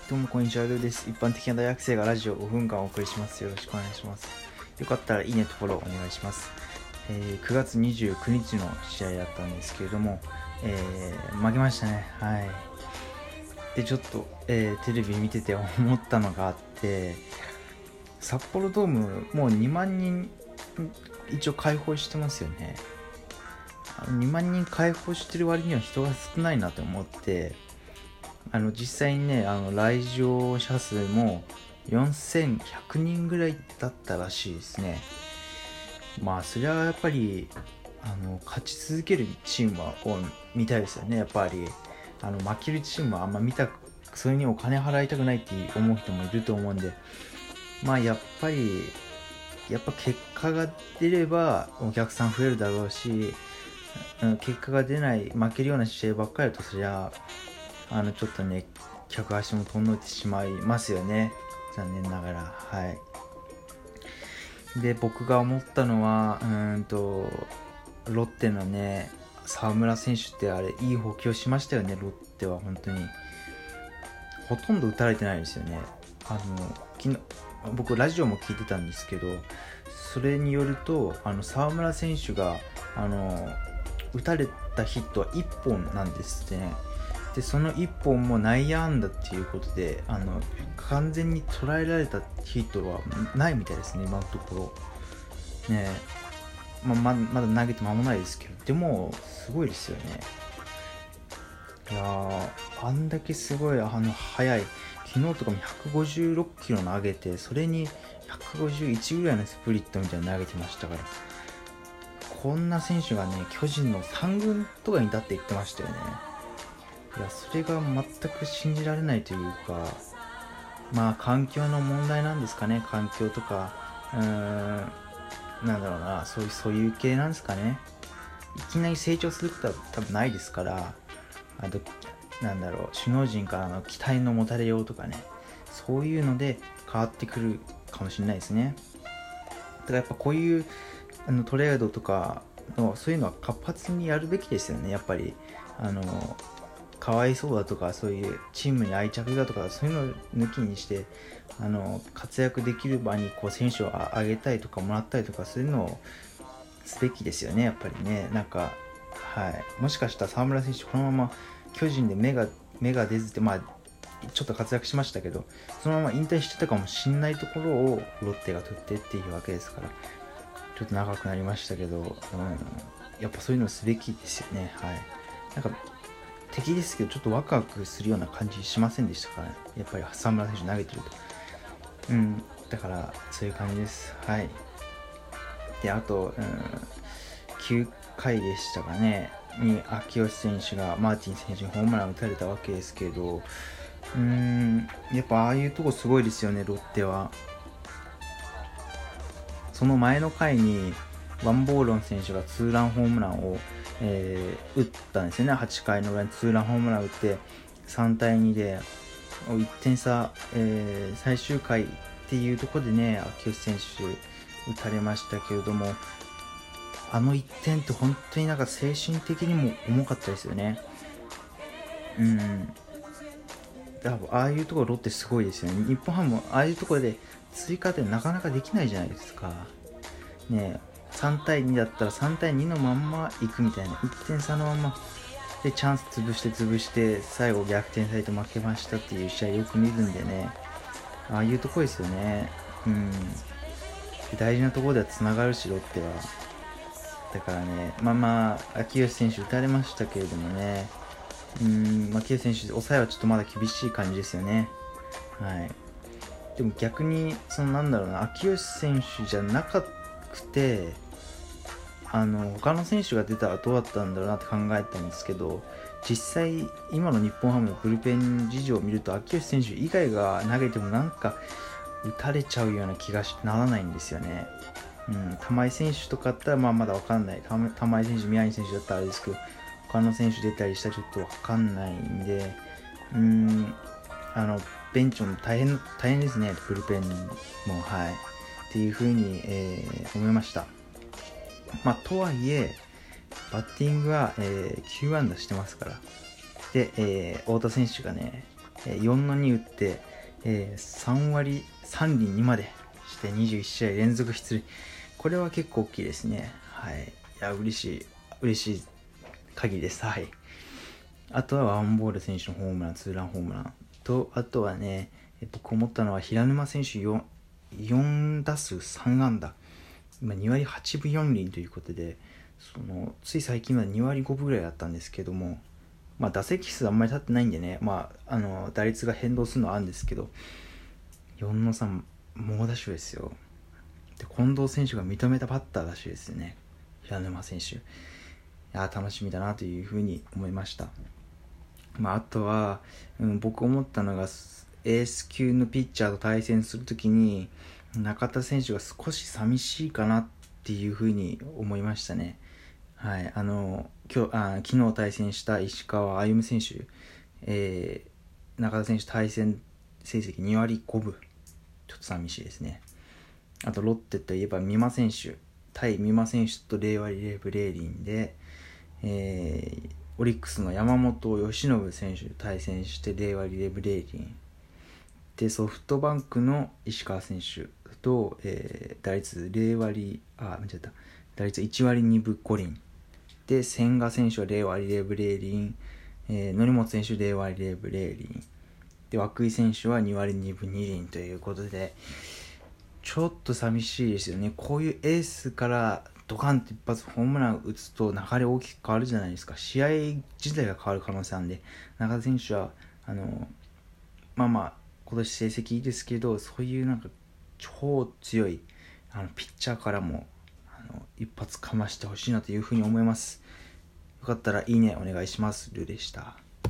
どうもこんにちは、ルーです。一般的な大学生がラジオ5分間お送りします。よろしくお願いします。よかったらいいねとフォローお願いします。9月29日の試合だったんですけれども、負けましたね。はい。で、ちょっと、テレビ見てて思ったのがあって、札幌ドームもう2万人一応開放してますよね。2万人開放してる割には人が少ないなと思って、実際にね、来場者数も4100人ぐらいだったらしいですね。まあそれはやっぱり勝ち続けるチームを見たいですよね。やっぱり負けるチームはあんまそれにお金払いたくないって思う人もいると思うんで、まあやっぱ結果が出ればお客さん増えるだろうし、結果が出ない負けるような試合ばっかりだと、そりゃちょっとね、客足も遠のいてしまいますよね。残念ながら。はい。で、僕が思ったのは、ロッテのね、沢村選手っていい補強しましたよね、ロッテは本当に。ほとんど打たれてないですよね。昨日、僕ラジオも聞いてたんですけど、それによると、沢村選手が、打たれたヒットは1本なんですってね。でその1本も内野安打っていうことで完全に捉えられたヒットはないみたいですね、今のところね。まだ投げて間もないですけど、でもすごいですよね。いやあんだけすごい速い、昨日とかも156キロ投げて、それに151ぐらいのスプリットみたいに投げてましたから、こんな選手がね、巨人の3軍とかに立って言ってましたよね。いや、それが全く信じられないというか、まあ環境の問題なんですかね。環境とかなんだろうな、そういう系なんですかね。いきなり成長することは多分ないですから、なんだろう、首脳陣からの期待の持たれようとかね、そういうので変わってくるかもしれないですね。だからやっぱこういうトレードとかのそういうのは活発にやるべきですよね。やっぱりかわいそうだとか、そういうチームに愛着だとか、そういうのを抜きにして活躍できる場に選手をあげたいとかもらったりとか、そういうのをすべきですよね。やっぱりね、なんか、はい、もしかしたら沢村選手このまま巨人で芽が出ずって、まあちょっと活躍しましたけど、そのまま引退してたかもしんないところをロッテが取ってっていうわけですから、ちょっと長くなりましたけど、やっぱそういうのすべきですよね。はい。なんか敵ですけど、ちょっとワクワクするような感じしませんでしたからね。やっぱり沢村選手投げてると。だからそういう感じです。はい。で、あと、9回でしたかね、に秋吉選手がマーティン選手にホームラン打たれたわけですけど、やっぱああいうとこすごいですよね、ロッテは。その前の回にワンボーロン選手がツーランホームランを、打ったんですよね。8回の裏にツーランホームランを打って3対2で1点差、最終回っていうところでね、秋吉選手打たれましたけれども、あの1点って本当になんか精神的にも重かったですよね。ああいうところロッテすごいですよね。日本ハムもああいうところで追加点なかなかできないじゃないですかね。3対2だったら3対2のまんま行くみたいな、1点差のままでチャンス潰して最後逆転されて負けましたっていう試合よく見るんでね、ああいうとこですよね。大事なところではつながるし、ロッテは。だからね、秋吉選手打たれましたけれどもね、秋吉選手抑えはちょっとまだ厳しい感じですよね。はい。でも逆に秋吉選手じゃなくて他の選手が出たらどうだったんだろうなって考えたんですけど、実際今の日本ハムのブルペン事情を見ると、秋吉選手以外が投げてもなんか打たれちゃうような気がならないんですよね。玉井選手とかだったらまだ分かんない。玉井選手、宮城選手だったらあれですけど、他の選手出たりしたらちょっと分かんないんで、ベンチも大変ですね、ブルペンも。はい。っていう風に、思いました。とはいえ、バッティングは、9安打してますから。で、太田選手がね、 4の2打って、3割3厘2までして21試合連続出塁。これは結構大きいですね。はい。いや、嬉しい限りです。はい。あとはワンボール選手のホームラン、ツーランホームランと、あとはね、僕思ったのは平沼選手 4打数3安打。今2割8分4厘ということで、つい最近まで2割5分ぐらいだったんですけども、打席数あんまり立ってないんでね、打率が変動するのはあるんですけど、4の3、猛打賞ですよ。で、近藤選手が認めたバッターらしいですよね、平沼選手。いや、楽しみだなというふうに思いました。あとは、僕思ったのが、エース級のピッチャーと対戦するときに、中田選手が少し寂しいかなっていうふうに思いましたね。はい、昨日対戦した石川歩夢選手、中田選手対戦成績2割5分、ちょっと寂しいですね。あとロッテといえば美馬選手、対美馬選手と0割0分0厘で、オリックスの山本由伸選手と対戦して0割0分0厘で、ソフトバンクの石川選手と、打率1割2分5厘で、千賀選手は0割0分0厘、則本選手0割0分0厘で、涌井選手は2割2分2厘ということで、ちょっと寂しいですよね。こういうエースからドカンと一発ホームラン打つと流れ大きく変わるじゃないですか。試合自体が変わる可能性あるんで、中田選手は今年成績いいですけど、そういう超強いピッチャーからも一発かましてほしいなというふうに思います。よかったらいいねお願いします。ルーでした。